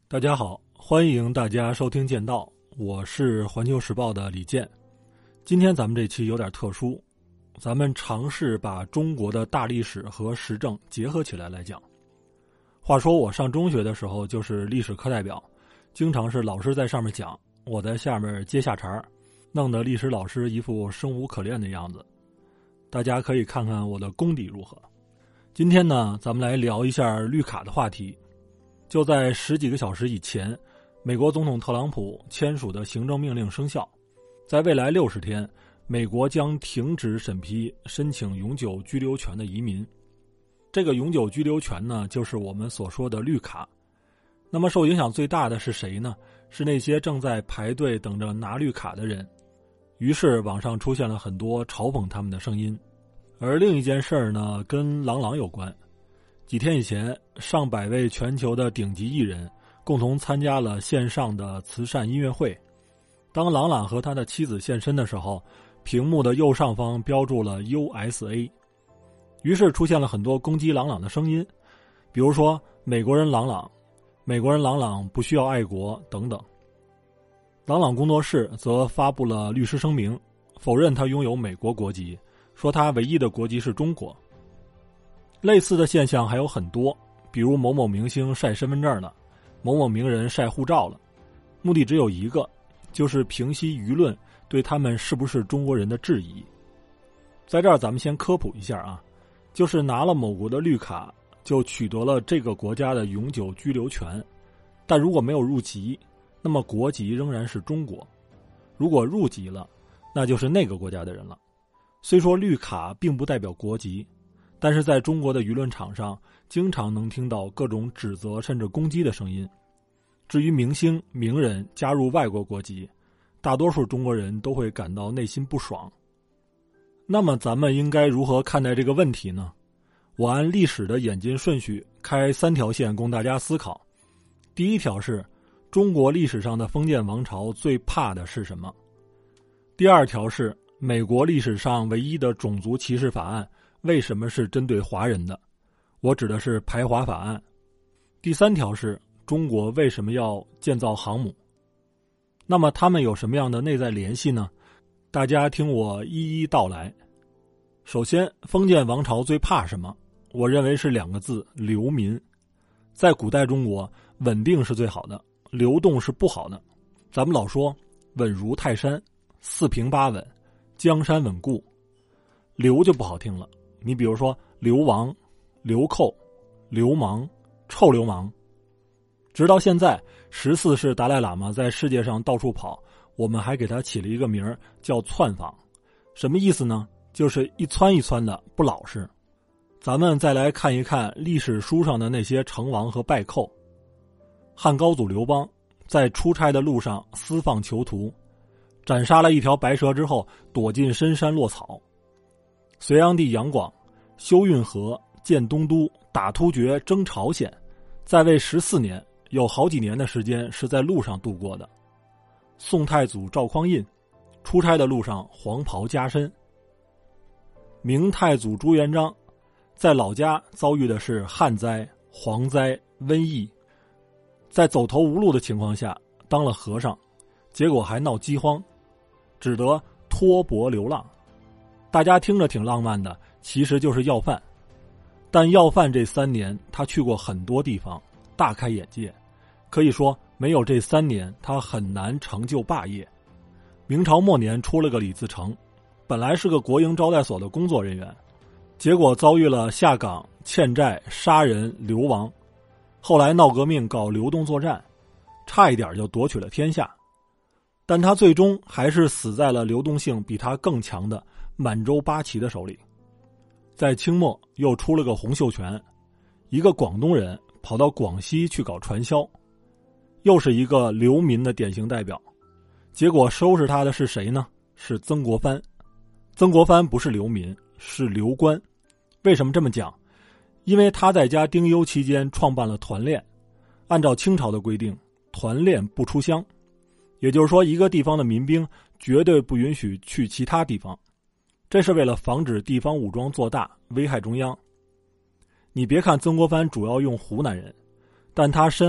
大家好，欢迎大家收听剑道，我是环球时报的李健。今天咱们这期有点特殊，咱们尝试把中国的大历史和时政结合起来来讲。话说我上中学的时候就是历史课代表，经常是老师在上面讲，我在下面接下茬，弄得历史老师一副生无可恋的样子。大家可以看看我的功底如何。今天呢，咱们来聊一下绿卡的话题。就在10几个小时以前，美国总统特朗普签署的行政命令生效，在未来60天，美国将停止审批申请永久居留权的移民。这个永久居留权呢，就是我们所说的绿卡。那么受影响最大的是谁呢？是那些正在排队等着拿绿卡的人。于是网上出现了很多嘲讽他们的声音。而另一件事呢，跟郎朗有关。几天以前，上百位全球的顶级艺人共同参加了线上的慈善音乐会。当郎朗和他的妻子现身的时候，屏幕的右上方标注了 USA。 于是出现了很多攻击郎朗的声音，比如说美国人郎朗，美国人郎朗不需要爱国等等。郎朗工作室则发布了律师声明，否认他拥有美国国籍，说他唯一的国籍是中国。类似的现象还有很多，比如某某明星晒身份证了，某某名人晒护照了，目的只有一个，就是平息舆论对他们是不是中国人的质疑。在这儿咱们先科普一下啊，就是拿了某国的绿卡，就取得了这个国家的永久居留权，但如果没有入籍，那么国籍仍然是中国；如果入籍了，那就是那个国家的人了。虽说绿卡并不代表国籍，但是在中国的舆论场上，经常能听到各种指责甚至攻击的声音。至于明星、名人加入外国国籍，大多数中国人都会感到内心不爽。那么咱们应该如何看待这个问题呢？我按历史的演进顺序开3条线供大家思考。第一条是，中国历史上的封建王朝最怕的是什么？第二条是，美国历史上唯一的种族歧视法案为什么是针对华人的？我指的是排华法案。第3条是，中国为什么要建造航母？那么他们有什么样的内在联系呢？大家听我一一道来。首先，封建王朝最怕什么？我认为是2个字：流民。在古代中国，稳定是最好的，流动是不好的。咱们老说稳如泰山，四平八稳，江山稳固。流就不好听了，你比如说流亡、流寇、流氓、臭流氓。直到现在，14世达赖喇嘛在世界上到处跑，我们还给他起了一个名儿叫窜访。什么意思呢？就是一窜一窜的，不老实。咱们再来看一看历史书上的那些成王和败寇。汉高祖刘邦在出差的路上私放囚徒，斩杀了一条白蛇之后躲进深山落草。隋炀帝杨广修运河、建东都、打突厥、征朝鲜，在位14年，有好几年的时间是在路上度过的。宋太祖赵匡胤出差的路上黄袍加身。明太祖朱元璋在老家遭遇的是旱灾、蝗灾、瘟疫，在走投无路的情况下当了和尚，结果还闹饥荒，只得托钵流浪。大家听着挺浪漫的，其实就是要饭。但要饭这3年，他去过很多地方，大开眼界。可以说，没有这3年，他很难成就霸业。明朝末年出了个李自成，本来是个国营招待所的工作人员，结果遭遇了下岗、欠债、杀人、流亡。后来闹革命，搞流动作战，差一点就夺取了天下。但他最终还是死在了流动性比他更强的满洲八旗的手里。在清末又出了个洪秀全，一个广东人跑到广西去搞传销，又是一个流民的典型代表。结果收拾他的是谁呢？是曾国藩。曾国藩不是流民，是流官。为什么这么讲？因为他在家丁忧期间创办了团练，按照清朝的规定，团练不出乡，也就是说一个地方的民兵绝对不允许去其他地方，这是为了防止地方武装做大，危害中央。你别看曾国藩主要用湖南人，但他深谙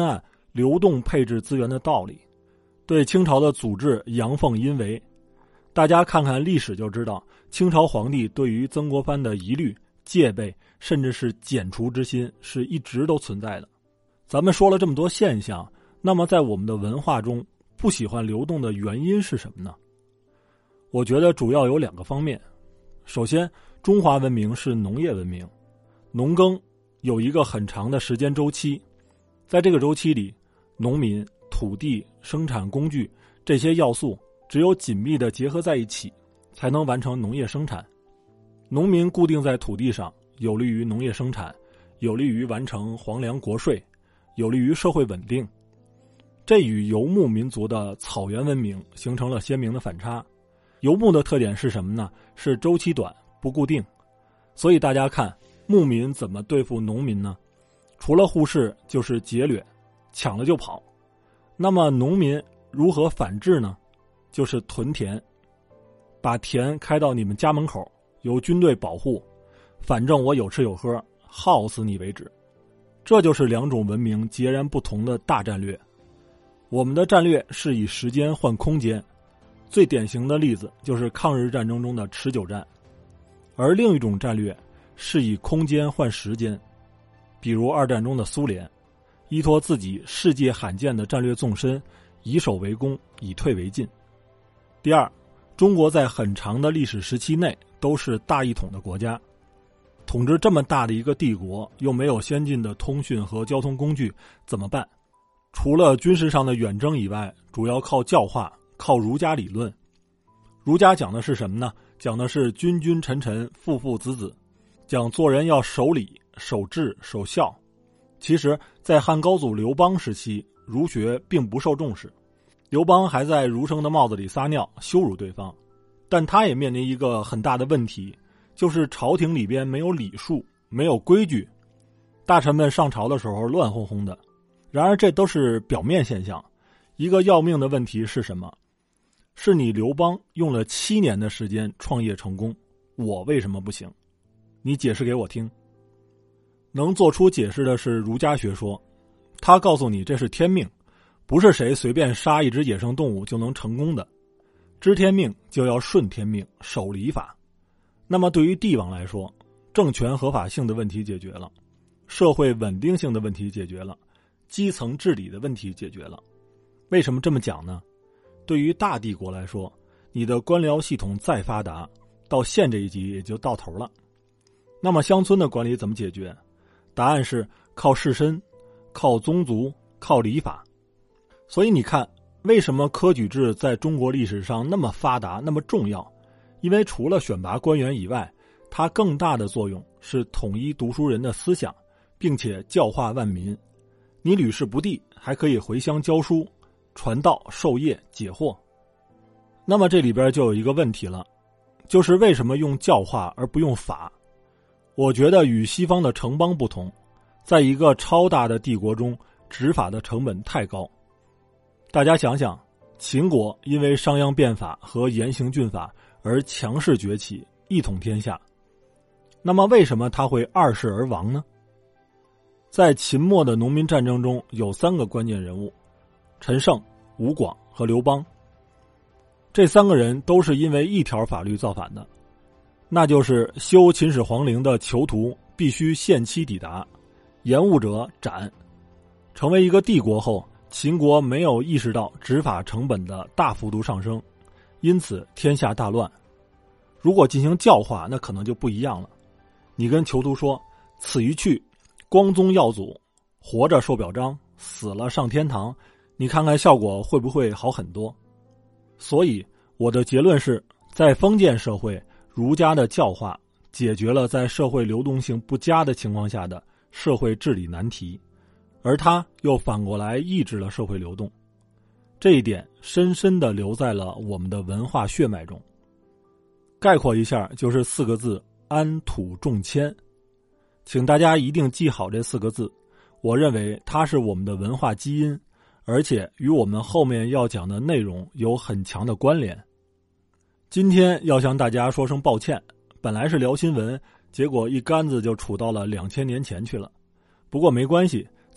流动配置资源的道理，对清朝的祖制阳奉阴违。大家看看历史就知道，清朝皇帝对于曾国藩的疑虑、戒备，甚至是剪除之心是一直都存在的。咱们说了这么多现象，那么在我们的文化中，不喜欢流动的原因是什么呢？我觉得主要有2个方面。首先，中华文明是农业文明，农耕有一个很长的时间周期，在这个周期里，农民、土地、生产工具这些要素只有紧密地结合在一起，才能完成农业生产。农民固定在土地上，有利于农业生产，有利于完成皇粮国税，有利于社会稳定。这与游牧民族的草原文明形成了鲜明的反差。游牧的特点是什么呢？是周期短，不固定。所以大家看，牧民怎么对付农民呢？除了护市，就是劫掠，抢了就跑。那么农民如何反制呢？就是屯田，把田开到你们家门口，由军队保护，反正我有吃有喝，耗死你为止。这就是2种文明截然不同的大战略。我们的战略是以时间换空间，最典型的例子就是抗日战争中的持久战，而另一种战略是以空间换时间，比如2战中的苏联，依托自己世界罕见的战略纵深，以守为攻，以退为进。第二，中国在很长的历史时期内都是大一统的国家，统治这么大的一个帝国，又没有先进的通讯和交通工具，怎么办？除了军事上的远征以外，主要靠教化，靠儒家理论。儒家讲的是什么呢？讲的是君君臣臣，父父子子，讲做人要守礼、守志、守孝。其实在汉高祖刘邦时期，儒学并不受重视，刘邦还在儒生的帽子里撒尿，羞辱对方。但他也面临一个很大的问题，就是朝廷里边没有礼数，没有规矩，大臣们上朝的时候乱哄哄的。然而这都是表面现象，一个要命的问题是什么？是你刘邦用了7年的时间创业成功，我为什么不行？你解释给我听。能做出解释的是儒家学说，他告诉你这是天命，不是谁随便杀一只野生动物就能成功的。知天命就要顺天命，守礼法。那么对于帝王来说，政权合法性的问题解决了，社会稳定性的问题解决了，基层治理的问题解决了。为什么这么讲呢？对于大帝国来说，你的官僚系统再发达，到县这一级也就到头了。那么乡村的管理怎么解决？答案是靠士绅，靠宗族，靠礼法。所以你看，为什么科举制在中国历史上那么发达，那么重要？因为除了选拔官员以外，它更大的作用是统一读书人的思想，并且教化万民。你屡试不第，还可以回乡教书、传道授业解惑。那么这里边就有一个问题了，就是为什么用教化而不用法？我觉得与西方的城邦不同，在一个超大的帝国中，执法的成本太高。大家想想，秦国因为商鞅变法和严刑峻法而强势崛起，一统天下。那么为什么他会二世而亡呢？在秦末的农民战争中，有3个关键人物：陈胜、吴广和刘邦。这3个人都是因为一条法律造反的，那就是修秦始皇陵的囚徒必须限期抵达，延误者斩。成为一个帝国后，秦国没有意识到执法成本的大幅度上升，因此天下大乱。如果进行教化，那可能就不一样了。你跟囚徒说，此一去，光宗耀祖，活着受表彰，死了上天堂，你看看效果会不会好很多？所以我的结论是，在封建社会，儒家的教化解决了在社会流动性不佳的情况下的社会治理难题，而它又反过来抑制了社会流动。这一点深深地留在了我们的文化血脉中。概括一下就是4个字：安土重迁。请大家一定记好这4个字，我认为它是我们的文化基因，而且与我们后面要讲的内容有很强的关联。今天要向大家说声抱歉，本来是聊新闻，结果一竿子就杵到了2000年前去了。不过没关系，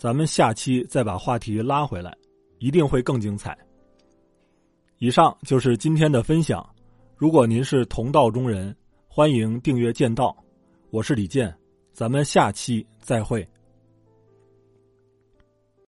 咱们下期再把话题拉回来，一定会更精彩。以上就是今天的分享，如果您是同道中人，欢迎订阅剑道，我是李健，咱们下期再会。